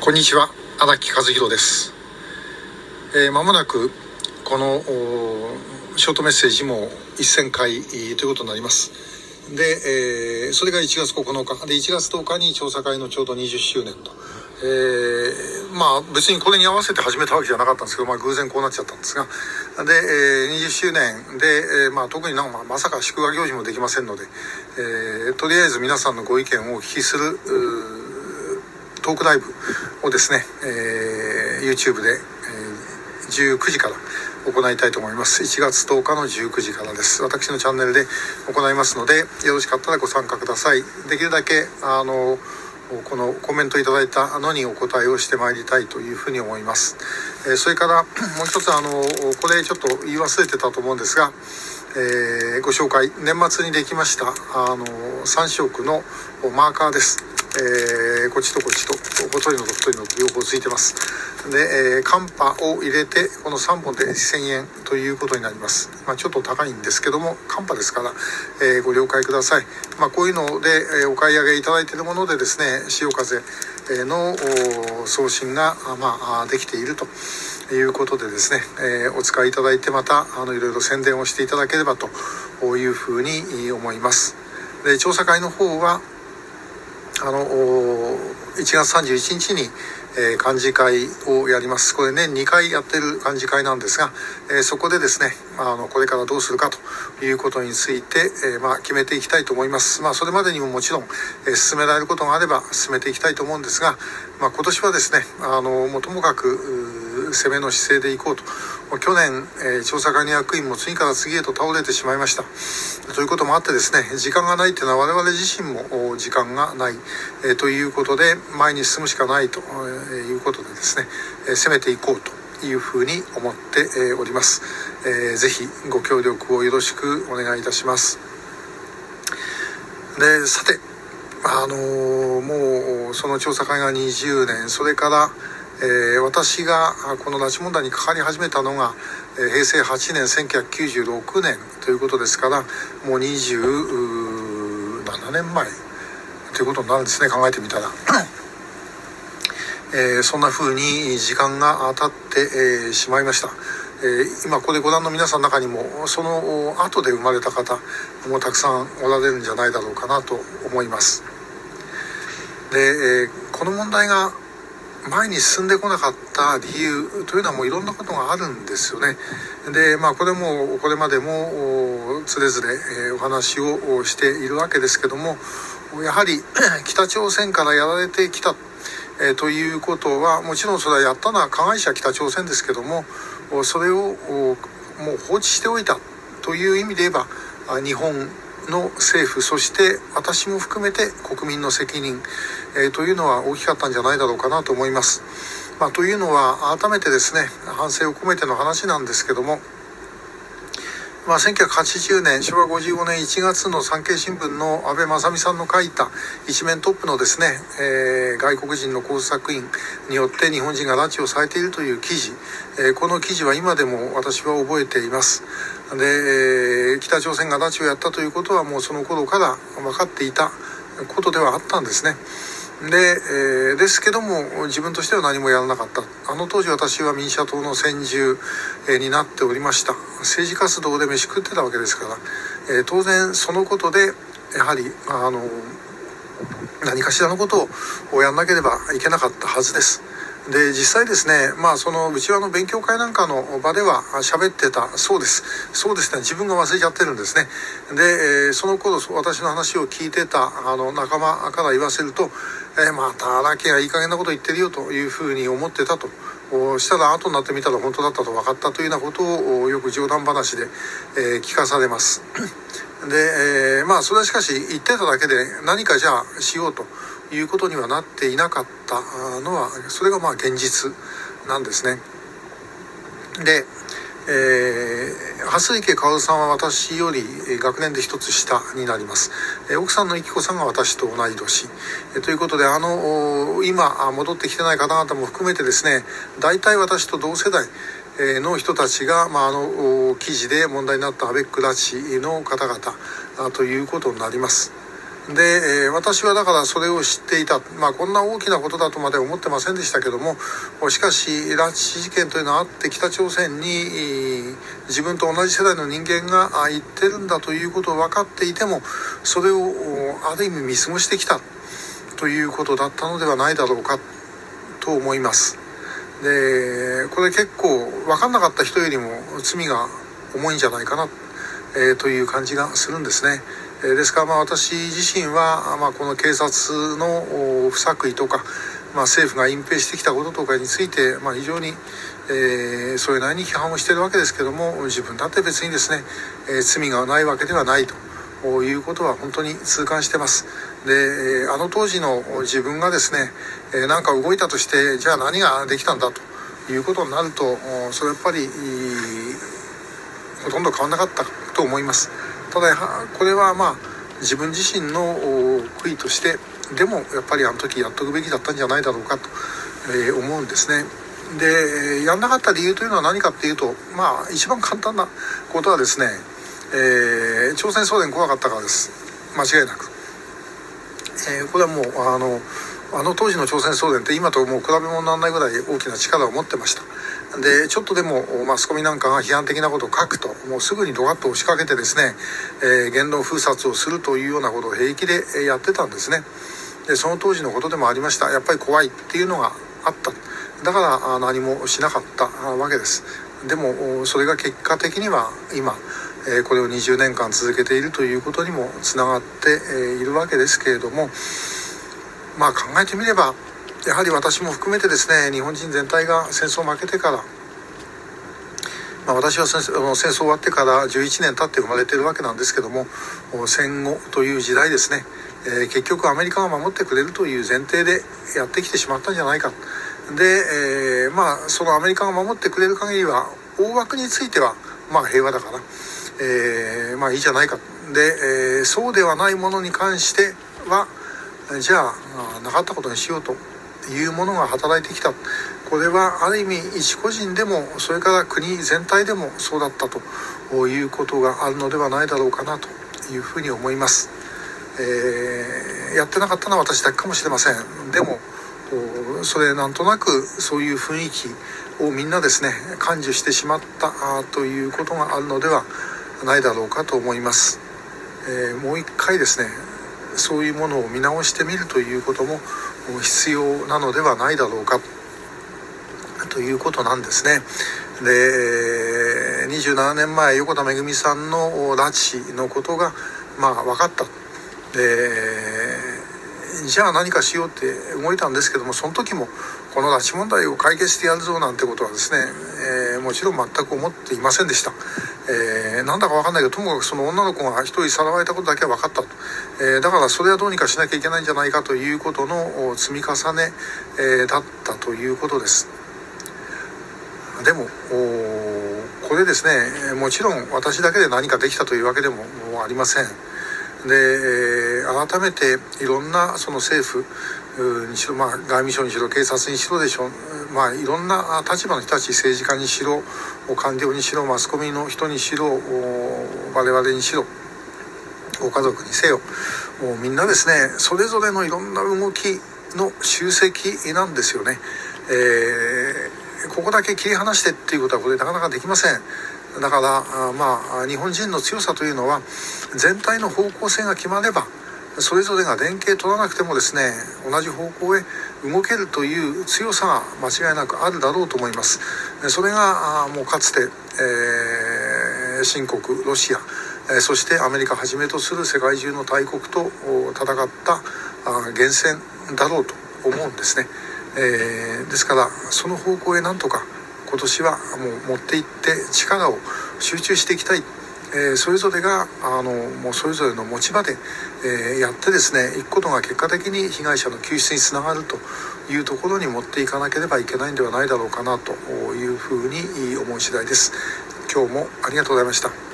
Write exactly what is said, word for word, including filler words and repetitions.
こんにちは、荒木和弘です。えー、間もなくこのショートメッセージもせんかいということになります。で、えー、それがいちがつここのかで、いちがつとおかに調査会のちょうどにじゅっしゅうねんと、えー、まあ別にこれに合わせて始めたわけじゃなかったんですけど、まあ偶然こうなっちゃったんですが、で、えー、にじゅっしゅうねんで、えー、まあ特になんかまさか祝賀行事もできませんので、えー、とりあえず皆さんのご意見をお聞きするトークライブをですね、えー、YouTube で、えー、じゅうくじから行いたいと思います。いちがつとおかのじゅうくじからです。私のチャンネルで行いますので、よろしかったらご参加ください。できるだけあのこのコメントいただいたのにお答えをしてまいりたいというふうに思います。えー、それからもう一つ、あのこれちょっと言い忘れてたと思うんですが、えー、ご紹介、年末にできましたあのさん色のマーカーです。えー、こっちとこっちと太いのと太いのと両方ついてます。で、えー、カンパを入れてこのさんぼんでせんえんということになります。まあ、ちょっと高いんですけどもカンパですから、えー、ご了解ください。まあ、こういうので、えー、お買い上げいただいているものでですね、潮風の送信が、まあ、できているということでですね、えー、お使いいただいて、またあのいろいろ宣伝をしていただければというふうに思います。で、調査会の方はあのいちがつさんじゅういちにちに、えー、幹事会をやります。これ年にかいやってる幹事会なんですが、えー、そこでですね、あのこれからどうするかということについて、えーまあ、決めていきたいと思います。まあ、それまでにももちろん、えー、進められることがあれば進めていきたいと思うんですが、まあ、今年はですね、あのもうともかく攻めの姿勢でいこうと。去年、えー、調査会の役員も次から次へと倒れてしまいました。ということもあってですね、時間がないというのは我々自身も時間がない、えー、ということで前に進むしかないということでですね、えー、攻めていこうというふうに思っております。えー、ぜひご協力をよろしくお願いいたします。で、さて、あのー、もうその調査会がにじゅうねん、それからえー、私がこの拉致問題に関わり始めたのが、えー、へいせいはちねんせんきゅうひゃくきゅうじゅうろくねんということですから、もうにじゅうななねんまえということになるんですね、考えてみたら、えー、そんな風に時間が経って、えー、しまいました。えー、今ここでご覧の皆さんの中にもその後で生まれた方もたくさんおられるんじゃないだろうかなと思います。で、えー、この問題が前に進んでこなかった理由というのはもういろんなことがあるんですよね。で、まあこれもこれまでもつれづれお話をしているわけですけども、やはり北朝鮮からやられてきたということは、もちろんそれはやったのは加害者北朝鮮ですけども、それをもう放置しておいたという意味で言えば、日本の政府、そして私も含めて国民の責任、えー、というのは大きかったんじゃないだろうかなと思います。まあ、というのは改めてですね、反省を込めての話なんですけども、まあ、せんきゅうひゃくはちじゅうねんしょうわごじゅうごねんいちがつの産経新聞の安倍正美さんの書いた一面トップのですね、えー、外国人の工作員によって日本人が拉致をされているという記事、えー、この記事は今でも私は覚えています。で、えー、北朝鮮が拉致をやったということはもうその頃から分かっていたことではあったんですね。で、えー、ですけども自分としては何もやらなかった。あの当時私は民社党の専従、えー、になっておりました。政治活動で飯食ってたわけですから、えー、当然そのことでやはりあの何かしらのことをやらなければいけなかったはずです。で、実際ですね、まあその内輪の勉強会なんかの場では喋ってたそうです。そうですね、自分が忘れちゃってるんですね。で、えー、その頃私の話を聞いてたあの仲間から言わせると、えー、また荒木がいい加減なこと言ってるよというふうに思ってたと。したら後になってみたら本当だったと分かったというようなことをよく冗談話で、えー、聞かされます。で、えー、まあそれはしかし言ってただけで何かじゃあしようということにはなっていなかったのは、それがまあ現実なんですね。で、えー、蓮池薫さんは私より学年で一つ下になります。えー、奥さんの幸子さんが私と同い年、えー、ということで、あの今戻ってきてない方々も含めてですね、大体私と同世代の人たちが、まあ、あの記事で問題になったアベック拉致の方々ということになります。 で、えー、私はだからそれを知っていた、まあ、こんな大きなことだとまで思ってませんでしたけども、しかし拉致事件というのはあって北朝鮮に自分と同じ世代の人間が行ってるんだということを分かっていても、それをある意味見過ごしてきたということだったのではないだろうかと思います。で、これ結構分かんなかった人よりも罪が重いんじゃないかな、えー、という感じがするんですね。ですからまあ私自身は、まあ、この警察の不作為とか、まあ、政府が隠蔽してきたこととかについて、まあ、非常に、えー、それなりに批判をしているわけですけども、自分だって別にですね、えー、罪がないわけではないということは本当に痛感してます。で、あの当時の自分がですね、えー、なんか動いたとしてじゃあ何ができたんだということになると、それやっぱりほとんど変わらなかったと思います。ただこれはまあ自分自身の悔いとしてでもやっぱりあの時やっとくべきだったんじゃないだろうかと、えー、思うんですね。で、やんなかった理由というのは何かっていうと、まあ一番簡単なことはですね、えー、朝鮮総連怖かったからです。間違いなく、えー、これはもうあのあの当時の朝鮮総連って今ともう比べ物にならないぐらい大きな力を持ってました。で、ちょっとでもマスコミなんかが批判的なことを書くと、もうすぐにドカッと押しかけてですね、えー、言論封殺をするというようなことを平気でやってたんですね。で、その当時のことでもありました。やっぱり怖いっていうのがあった。だから何もしなかったわけです。でもそれが結果的には今、えー、これをにじゅうねんかん続けているということにもつながっているわけですけれども、まあ考えてみればやはり私も含めてですね、日本人全体が戦争を負けてから、まあ、私は戦争、戦争終わってからじゅういちねん経って生まれているわけなんですけども、戦後という時代ですね、えー、結局アメリカが守ってくれるという前提でやってきてしまったんじゃないか。で、えー、まあそのアメリカが守ってくれる限りは大枠についてはまあ平和だから、えー、まあいいじゃないか。で、えー、そうではないものに関してはじゃあなかったことにしようというものが働いてきた。これはある意味一個人でもそれから国全体でもそうだったということがあるのではないだろうかなというふうに思います。えー、やってなかったのは私だけかもしれません。でもそれなんとなくそういう雰囲気をみんなですね感受してしまったということがあるのではないだろうかと思います。えー、もう一回ですねそういうものを見直してみるということも必要なのではないだろうかということなんですね。で、にじゅうななねんまえ横田めぐみさんの拉致のことがまあ分かった。で、じゃあ何かしようって動いたんですけども、その時もこの拉致問題を解決してやるぞなんてことはですね、えー、もちろん全く思っていませんでした。えー、なんだか分かんないけど、ともかくその女の子が一人さらわれたことだけは分かったと、えー、だからそれはどうにかしなきゃいけないんじゃないかということの積み重ね、えー、だったということです。でもこれですね、もちろん私だけで何かできたというわけでももうありません。で、改めていろんなその政府にしろ、まあ、外務省にしろ警察にしろでしょう、まあ、いろんな立場の人たち、政治家にしろ官僚にしろマスコミの人にしろ我々にしろご家族にせよ、もうみんなですねそれぞれのいろんな動きの集積なんですよね。えー、ここだけ切り離してっていうことはこれなかなかできません。だからまあ日本人の強さというのは全体の方向性が決まればそれぞれが連携取らなくてもですね同じ方向へ動けるという強さが間違いなくあるだろうと思います。それがもうかつて、えー、新国ロシアそしてアメリカはじめとする世界中の大国と戦った源泉だろうと思うんですね。えー、ですからその方向へなんとか今年はもう持っていって力を集中していきたい。えー、それぞれがあのもうそれぞれの持ち場で、えー、やってですねいくことが結果的に被害者の救出につながるというところに持っていかなければいけないんではないだろうかなというふうに思う次第です。今日もありがとうございました。